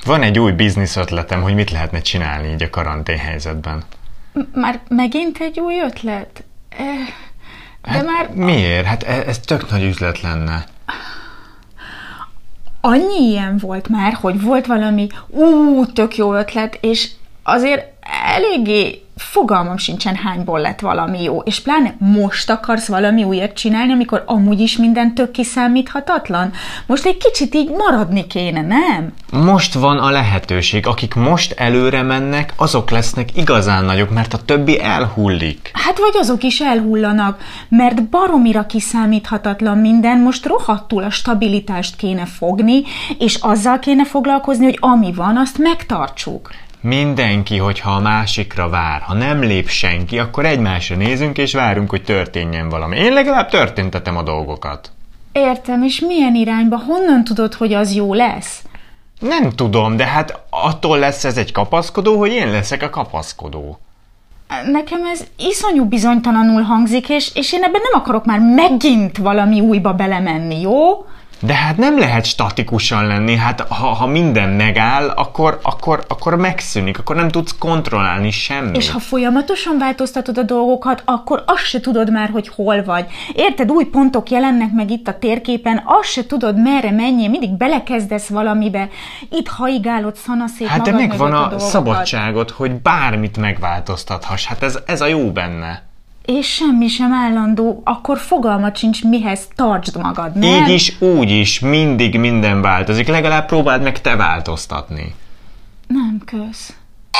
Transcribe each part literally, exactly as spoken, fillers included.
Van egy új biznisz ötletem, hogy mit lehetne csinálni így a karantén helyzetben. Már megint egy új ötlet? De hát már... Miért? Hát ez tök nagy üzlet lenne. Annyi ilyen volt már, hogy volt valami ú, tök jó ötlet, és azért eléggé fogalmam sincsen, hányból lett valami jó, és pláne most akarsz valami újat csinálni, amikor amúgy is minden tök kiszámíthatatlan? Most egy kicsit így maradni kéne, nem? Most van a lehetőség, akik most előre mennek, azok lesznek igazán nagyok, mert a többi elhullik. Hát vagy azok is elhullanak, mert baromira kiszámíthatatlan minden, most rohadtul a stabilitást kéne fogni, és azzal kéne foglalkozni, hogy ami van, azt megtartsuk. Mindenki, hogyha a másikra vár, ha nem lép senki, akkor egymásra nézünk és várunk, hogy történjen valami. Én legalább történtetem a dolgokat. Értem, és milyen irányba? Honnan tudod, hogy az jó lesz? Nem tudom, de hát attól lesz ez egy kapaszkodó, hogy én leszek a kapaszkodó. Nekem ez iszonyú bizonytalanul hangzik, és, és én ebben nem akarok már megint valami újba belemenni, jó? De hát nem lehet statikusan lenni, hát ha, ha minden megáll, akkor, akkor, akkor megszűnik, akkor nem tudsz kontrollálni semmit. És ha folyamatosan változtatod a dolgokat, akkor azt se tudod már, hogy hol vagy. Érted, új pontok jelennek meg itt a térképen, azt se tudod, merre menjél, mindig belekezdesz valamibe, itt haigálod szanaszét hát magad de megvan a, a szabadságot, hogy bármit megváltoztathass, hát ez, ez a jó benne. És semmi sem állandó, akkor fogalmat sincs, mihez tartsd magad, nem? Így is, úgy is, mindig minden változik, legalább próbáld meg te változtatni. Nem, kösz.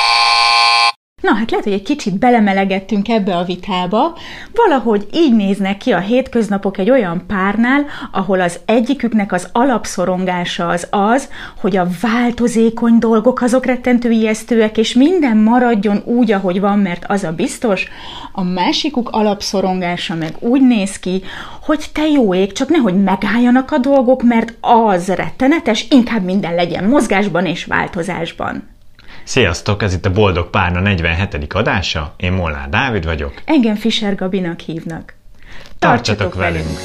Na, hát lehet, hogy egy kicsit belemelegettünk ebbe a vitába. Valahogy így néznek ki a hétköznapok egy olyan párnál, ahol az egyiküknek az alapszorongása az az, hogy a változékony dolgok azok rettentő ijesztőek, és minden maradjon úgy, ahogy van, mert az a biztos. A másikuk alapszorongása meg úgy néz ki, hogy te jó ég, csak nehogy megálljanak a dolgok, mert az rettenetes, inkább minden legyen mozgásban és változásban. Sziasztok, ez itt a Boldog Párna negyvenhetedik adása, én Molnár Dávid vagyok. Engem Fischer Gabinak hívnak. Tartsatok, Tartsatok velünk!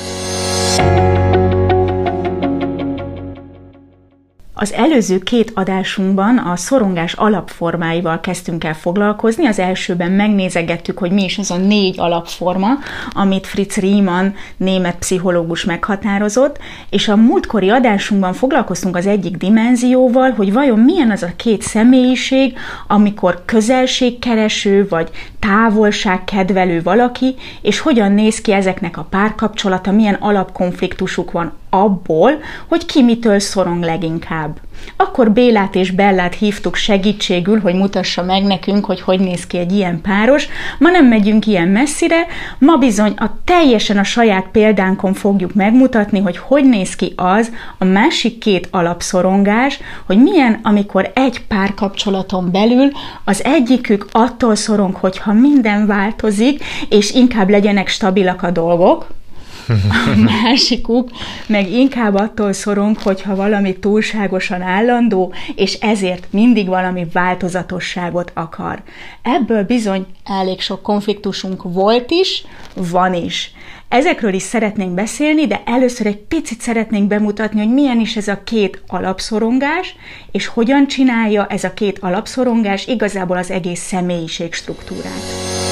Az előző két adásunkban a szorongás alapformáival kezdtünk el foglalkozni. Az elsőben megnézegettük, hogy mi is az a négy alapforma, amit Fritz Riemann német pszichológus meghatározott, és a múltkori adásunkban foglalkoztunk az egyik dimenzióval, hogy vajon milyen az a két személyiség, amikor közelségkereső vagy távolságkedvelő valaki, és hogyan néz ki ezeknek a párkapcsolata, milyen alapkonfliktusuk van abból, hogy ki mitől szorong leginkább. Akkor Bélát és Bellát hívtuk segítségül, hogy mutassa meg nekünk, hogy hogy néz ki egy ilyen páros. Ma nem megyünk ilyen messzire, ma bizony a teljesen a saját példánkon fogjuk megmutatni, hogy hogy néz ki az a másik két alapszorongás, hogy milyen, amikor egy párkapcsolaton belül az egyikük attól szorong, hogyha minden változik, és inkább legyenek stabilak a dolgok, a másikuk meg inkább attól szorong, hogyha valami túlságosan állandó, és ezért mindig valami változatosságot akar. Ebből bizony elég sok konfliktusunk volt is, van is. Ezekről is szeretnénk beszélni, de először egy picit szeretnénk bemutatni, hogy milyen is ez a két alapszorongás, és hogyan csinálja ez a két alapszorongás igazából az egész személyiség struktúrát.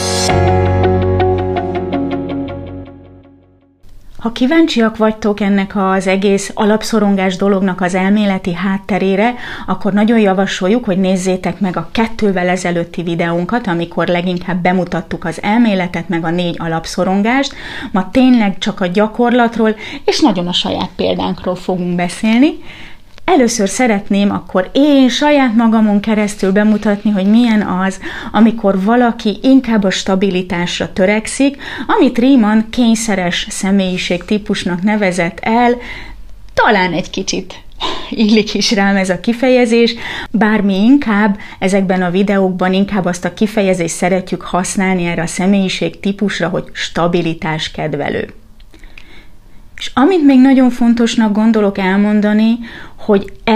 Ha kíváncsiak vagytok ennek az egész alapszorongás dolognak az elméleti hátterére, akkor nagyon javasoljuk, hogy nézzétek meg a kettővel ezelőtti videónkat, amikor leginkább bemutattuk az elméletet, meg a négy alapszorongást. Ma tényleg csak a gyakorlatról, és nagyon a saját példánkról fogunk beszélni. Először szeretném akkor én saját magamon keresztül bemutatni, hogy milyen az, amikor valaki inkább a stabilitásra törekszik, amit Riemann kényszeres személyiségtípusnak nevezett el, talán egy kicsit illik is rám ez a kifejezés, bármi inkább ezekben a videókban inkább azt a kifejezést szeretjük használni erre a személyiségtípusra, hogy stabilitáskedvelő. És amit még nagyon fontosnak gondolok elmondani, hogy ez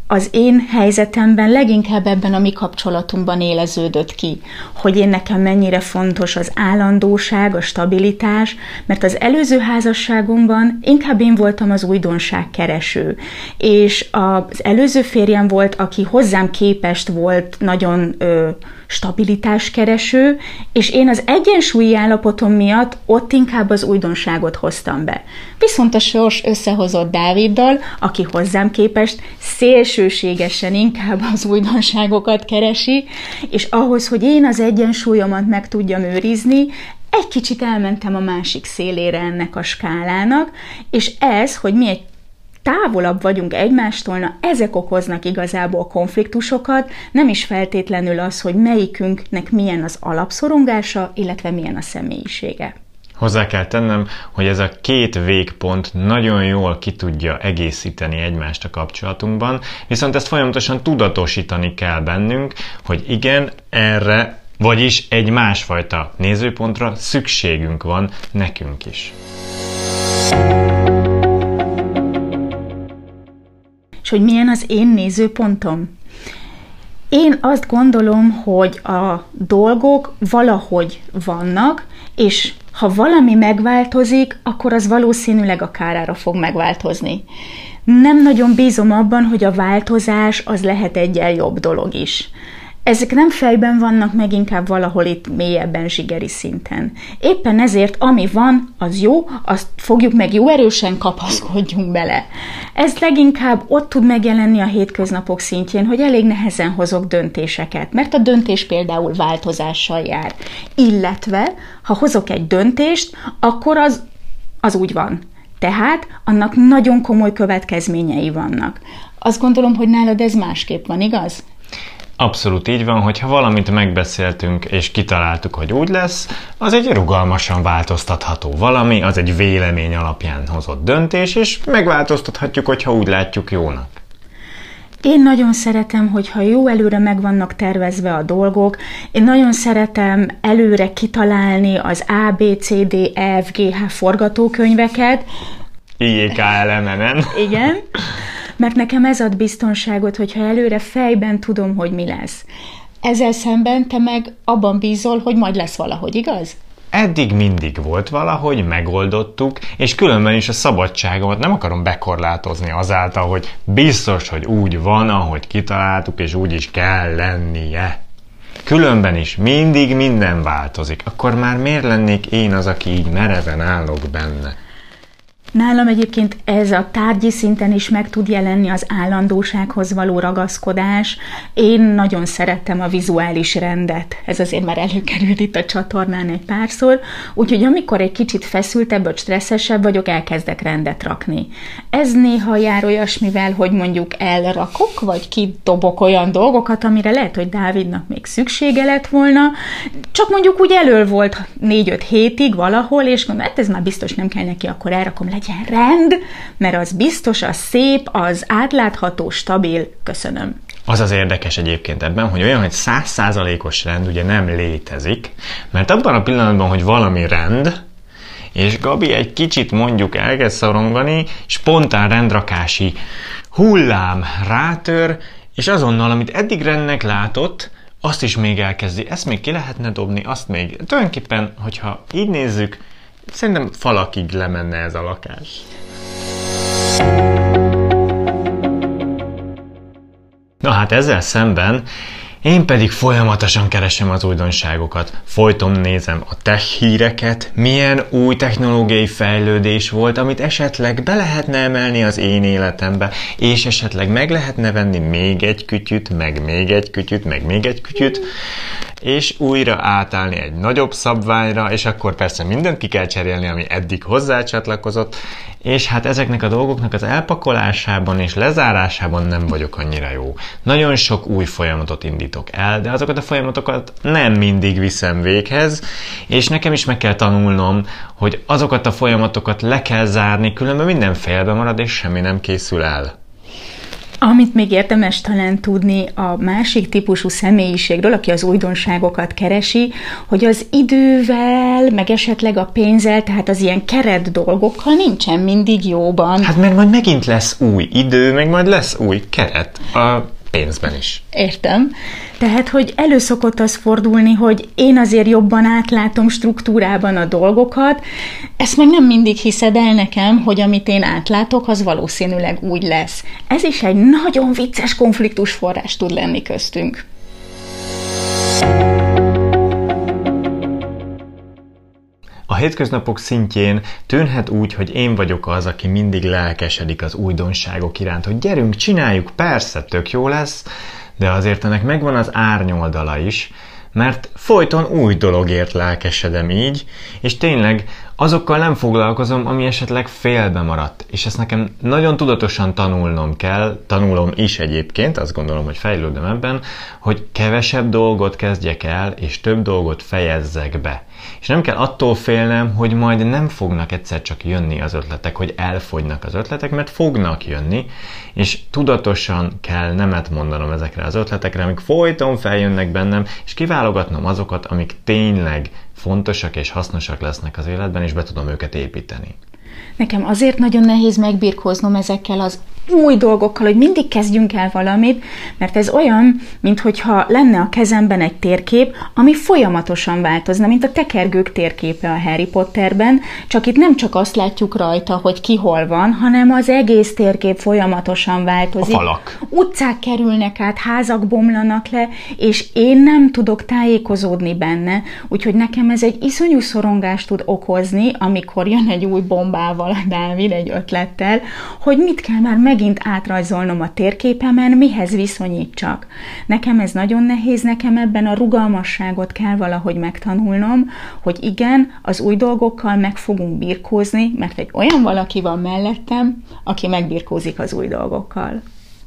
az én helyzetemben leginkább ebben a mi kapcsolatunkban éleződött ki, hogy én nekem mennyire fontos az állandóság, a stabilitás, mert az előző házasságomban inkább én voltam az újdonságkereső, és az előző férjem volt, aki hozzám képest volt nagyon ö, stabilitáskereső, és én az egyensúlyi állapotom miatt ott inkább az újdonságot hoztam be. Viszont a sors összehozott Dáviddal, aki hozzám képest szélsőségesen inkább az újdonságokat keresi, és ahhoz, hogy én az egyensúlyomat meg tudjam őrizni, egy kicsit elmentem a másik szélére ennek a skálának, és ez, hogy mi egy távolabb vagyunk egymástól, na ezek okoznak igazából konfliktusokat, nem is feltétlenül az, hogy melyikünknek milyen az alapszorongása, illetve milyen a személyisége. Hozzá kell tennem, hogy ez a két végpont nagyon jól ki tudja egészíteni egymást a kapcsolatunkban, viszont ezt folyamatosan tudatosítani kell bennünk, hogy igen, erre, vagyis egy másfajta nézőpontra szükségünk van nekünk is. És hogy milyen az én nézőpontom? Én azt gondolom, hogy a dolgok valahogy vannak, és ha valami megváltozik, akkor az valószínűleg a kárára fog megváltozni. Nem nagyon bízom abban, hogy a változás az lehet egyel jobb dolog is. Ezek nem fejben vannak, meg inkább valahol itt mélyebben zsigeri szinten. Éppen ezért, ami van, az jó, azt fogjuk meg jó erősen, kapaszkodjunk bele. Ez leginkább ott tud megjelenni a hétköznapok szintjén, hogy elég nehezen hozok döntéseket, mert a döntés például változással jár. Illetve, ha hozok egy döntést, akkor az, az úgy van. Tehát annak nagyon komoly következményei vannak. Azt gondolom, hogy nálad ez másképp van, igaz? Abszolút így van, hogyha valamit megbeszéltünk és kitaláltuk, hogy úgy lesz, az egy rugalmasan változtatható valami, az egy vélemény alapján hozott döntés, és megváltoztathatjuk, hogyha úgy látjuk jónak. Én nagyon szeretem, hogyha jó előre meg vannak tervezve a dolgok, én nagyon szeretem előre kitalálni az A, B, C, D, E, F, G, H forgatókönyveket. I, J, K, L, M, N. Igen. Mert nekem ez ad biztonságot, hogyha előre fejben tudom, hogy mi lesz. Ezzel szemben te meg abban bízol, hogy majd lesz valahogy, igaz? Eddig mindig volt valahogy, megoldottuk, és különben is a szabadságomat nem akarom bekorlátozni azáltal, hogy biztos, hogy úgy van, ahogy kitaláltuk, és úgy is kell lennie. Különben is mindig minden változik. Akkor már miért lennék én az, aki így mereven állok benne? Nálam egyébként ez a tárgyi szinten is meg tud jelenni az állandósághoz való ragaszkodás. Én nagyon szerettem a vizuális rendet. Ez azért már előkerült itt a csatornán egy párszor. Úgyhogy amikor egy kicsit feszültebb vagy stresszesebb vagyok, elkezdek rendet rakni. Ez néha jár olyasmivel, hogy mondjuk elrakok, vagy kidobok olyan dolgokat, amire lehet, hogy Dávidnak még szüksége lett volna. Csak mondjuk úgy elől volt négy-öt hétig valahol, és mondom, hát ez már biztos nem kell neki, akkor elrakom, legyen rend, mert az biztos, az szép, az átlátható, stabil, köszönöm. Az az érdekes egyébként ebben, hogy olyan, hogy száz százalékos rend ugye nem létezik, mert abban a pillanatban, hogy valami rend, és Gabi egy kicsit mondjuk elkezd szorongani, spontán rendrakási hullám rátör, és azonnal, amit eddig rendnek látott, azt is még elkezdi, ezt még ki lehetne dobni, azt még. Tulajdonképpen, hogyha így nézzük, szerintem falakig lemenne ez a lakás. Na hát ezzel szemben én pedig folyamatosan keresem az újdonságokat. Folyton nézem a tech híreket, milyen új technológiai fejlődés volt, amit esetleg be lehetne emelni az én életembe, és esetleg meg lehetne venni még egy kütyüt, meg még egy kütyüt, meg még egy kütyüt, és újra átállni egy nagyobb szabványra, és akkor persze mindent ki kell cserélni, ami eddig hozzácsatlakozott, és hát ezeknek a dolgoknak az elpakolásában és lezárásában nem vagyok annyira jó. Nagyon sok új folyamatot indítok el, de azokat a folyamatokat nem mindig viszem véghez, és nekem is meg kell tanulnom, hogy azokat a folyamatokat le kell zárni, különben minden félbe marad, és semmi nem készül el. Amit még érdemes talán tudni a másik típusú személyiségről, aki az újdonságokat keresi, hogy az idővel, meg esetleg a pénzzel, tehát az ilyen keret dolgokkal nincsen mindig jóban. Hát meg majd megint lesz új idő, meg majd lesz új keret a pénzben is. Értem. Tehát, hogy elő szokott az fordulni, hogy én azért jobban átlátom struktúrában a dolgokat, ezt meg nem mindig hiszed el nekem, hogy amit én átlátok, az valószínűleg úgy lesz. Ez is egy nagyon vicces konfliktus forrás tud lenni köztünk. A hétköznapok szintjén tűnhet úgy, hogy én vagyok az, aki mindig lelkesedik az újdonságok iránt, hogy gyerünk, csináljuk, persze, tök jó lesz, de azért ennek megvan az árnyoldala is, mert folyton új dologért lelkesedem így, és tényleg azokkal nem foglalkozom, ami esetleg félbe maradt. És ezt nekem nagyon tudatosan tanulnom kell, tanulom is egyébként, azt gondolom, hogy fejlődöm ebben, hogy kevesebb dolgot kezdjek el, és több dolgot fejezzek be. És nem kell attól félnem, hogy majd nem fognak egyszer csak jönni az ötletek, hogy elfogynak az ötletek, mert fognak jönni, és tudatosan kell nemet mondanom ezekre az ötletekre, amik folyton feljönnek bennem, és kiválogatnom azokat, amik tényleg fontosak és hasznosak lesznek az életben, és be tudom őket építeni. Nekem azért nagyon nehéz megbirkóznom ezekkel az új dolgokkal, hogy mindig kezdjünk el valamit, mert ez olyan, minthogyha lenne a kezemben egy térkép, ami folyamatosan változna, mint a tekergők térképe a Harry Potterben, csak itt nem csak azt látjuk rajta, hogy ki hol van, hanem az egész térkép folyamatosan változik. A falak. Utcák kerülnek át, házak bomlanak le, és én nem tudok tájékozódni benne, úgyhogy nekem ez egy iszonyú szorongást tud okozni, amikor jön egy új bombával a Dávid egy ötlettel, hogy mit kell már megint átrajzolnom a térképemen, mihez viszonyítsak. Nekem ez nagyon nehéz, nekem ebben a rugalmasságot kell valahogy megtanulnom, hogy igen, az új dolgokkal meg fogunk birkózni, mert egy olyan valaki van mellettem, aki megbirkózik az új dolgokkal.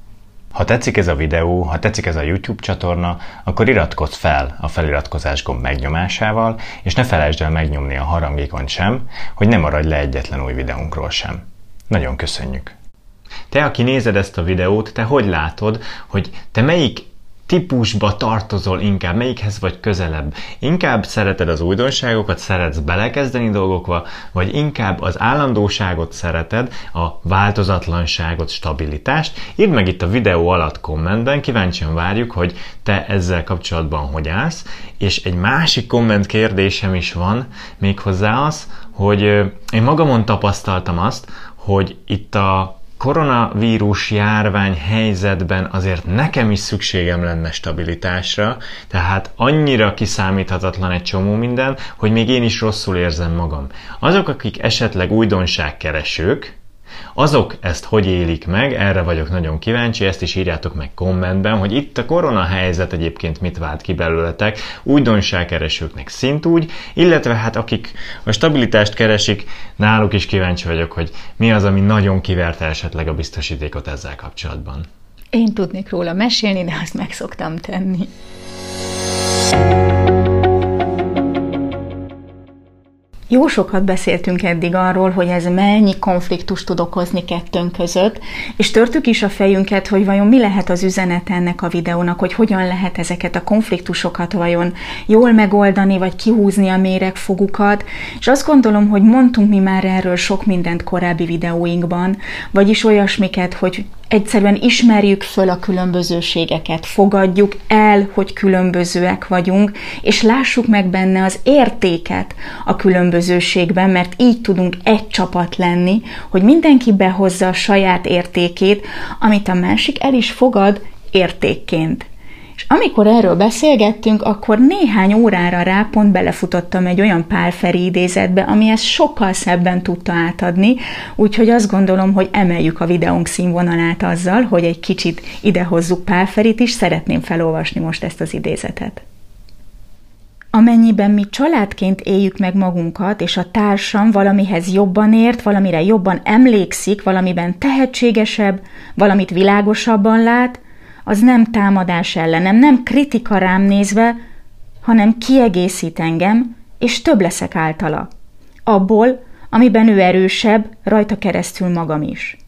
Ha tetszik ez a videó, ha tetszik ez a YouTube csatorna, akkor iratkozz fel a feliratkozás gomb megnyomásával, és ne felejtsd el megnyomni a harangikont sem, hogy ne maradj le egyetlen új videónkról sem. Nagyon köszönjük! Te, aki nézed ezt a videót, te hogy látod, hogy te melyik típusba tartozol inkább, melyikhez vagy közelebb? Inkább szereted az újdonságokat, szeretsz belekezdeni dolgokba, vagy inkább az állandóságot szereted, a változatlanságot, stabilitást? Írd meg itt a videó alatt kommentben, kíváncsian várjuk, hogy te ezzel kapcsolatban hogy állsz, és egy másik komment kérdésem is van, méghozzá az, hogy én magamon tapasztaltam azt, hogy itt a koronavírus járvány helyzetben azért nekem is szükségem lenne stabilitásra, tehát annyira kiszámíthatatlan egy csomó minden, hogy még én is rosszul érzem magam. Azok, akik esetleg újdonságkeresők, azok ezt hogy élik meg, erre vagyok nagyon kíváncsi, ezt is írjátok meg kommentben, hogy itt a korona helyzet egyébként mit vált ki belőletek, újdonságkeresőknek szintúgy, illetve hát akik a stabilitást keresik, náluk is kíváncsi vagyok, hogy mi az, ami nagyon kiverte esetleg a biztosítékot ezzel kapcsolatban. Én tudnék róla mesélni, de azt meg szoktam tenni. Jó sokat beszéltünk eddig arról, hogy ez mennyi konfliktust tud okozni kettőnk között, és törtük is a fejünket, hogy vajon mi lehet az üzenet ennek a videónak, hogy hogyan lehet ezeket a konfliktusokat vajon jól megoldani, vagy kihúzni a méregfogukat, és azt gondolom, hogy mondtunk mi már erről sok mindent korábbi videóinkban, vagyis olyasmiket, hogy egyszerűen ismerjük föl a különbözőségeket, fogadjuk el, hogy különbözőek vagyunk, és lássuk meg benne az értéket a különbözőségben, mert így tudunk egy csapat lenni, hogy mindenki behozza a saját értékét, amit a másik el is fogad értékként. És amikor erről beszélgettünk, akkor néhány órára rá pont belefutottam egy olyan Pál Feri idézetbe, ami ezt sokkal szebben tudta átadni, úgyhogy azt gondolom, hogy emeljük a videónk színvonalát azzal, hogy egy kicsit idehozzuk Pál Ferit is, szeretném felolvasni most ezt az idézetet. Amennyiben mi családként éljük meg magunkat, és a társam valamihez jobban ért, valamire jobban emlékszik, valamiben tehetségesebb, valamit világosabban lát, az nem támadás ellenem, nem kritika rám nézve, hanem kiegészít engem, és több leszek általa. Abból, amiben ő erősebb, rajta keresztül magam is.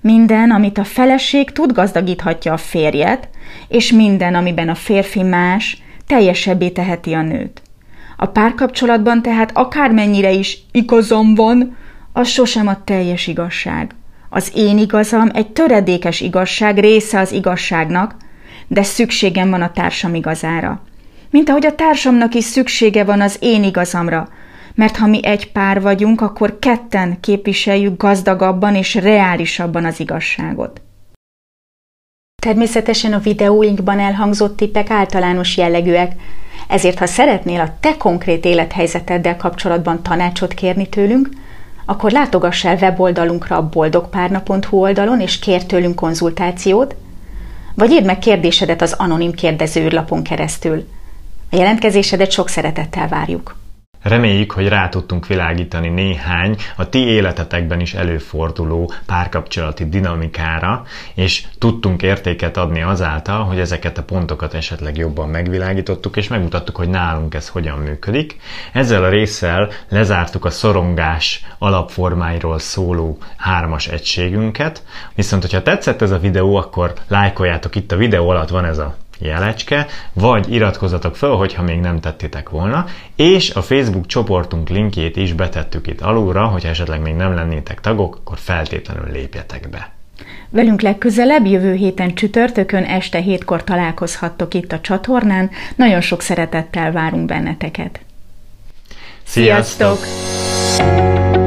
Minden, amit a feleség tud, gazdagíthatja a férjet, és minden, amiben a férfi más, teljesebbé teheti a nőt. A párkapcsolatban tehát akármennyire is igazam van, az sosem a teljes igazság. Az én igazam egy töredékes igazság, része az igazságnak, de szükségem van a társam igazára. Mint ahogy a társamnak is szüksége van az én igazamra, mert ha mi egy pár vagyunk, akkor ketten képviseljük gazdagabban és reálisabban az igazságot. Természetesen a videóinkban elhangzott tippek általános jellegűek, ezért ha szeretnél a te konkrét élethelyzeteddel kapcsolatban tanácsot kérni tőlünk, akkor látogass el weboldalunkra a boldogpárna pont hu oldalon és kérj tőlünk konzultációt, vagy írd meg kérdésedet az anonim kérdezőrlapon keresztül. A jelentkezésedet sok szeretettel várjuk. Reméljük, hogy rá tudtunk világítani néhány a ti életetekben is előforduló párkapcsolati dinamikára, és tudtunk értéket adni azáltal, hogy ezeket a pontokat esetleg jobban megvilágítottuk, és megmutattuk, hogy nálunk ez hogyan működik. Ezzel a résszel lezártuk a szorongás alapformáiról szóló hármas egységünket, viszont hogyha tetszett ez a videó, akkor lájkoljátok, itt a videó alatt van ez a jelecske, vagy iratkozzatok fel, hogyha még nem tettétek volna, és a Facebook csoportunk linkjét is betettük itt alulra, hogyha esetleg még nem lennétek tagok, akkor feltétlenül lépjetek be. Velünk legközelebb jövő héten csütörtökön este hétkor találkozhattok itt a csatornán, nagyon sok szeretettel várunk benneteket. Sziasztok! Sziasztok!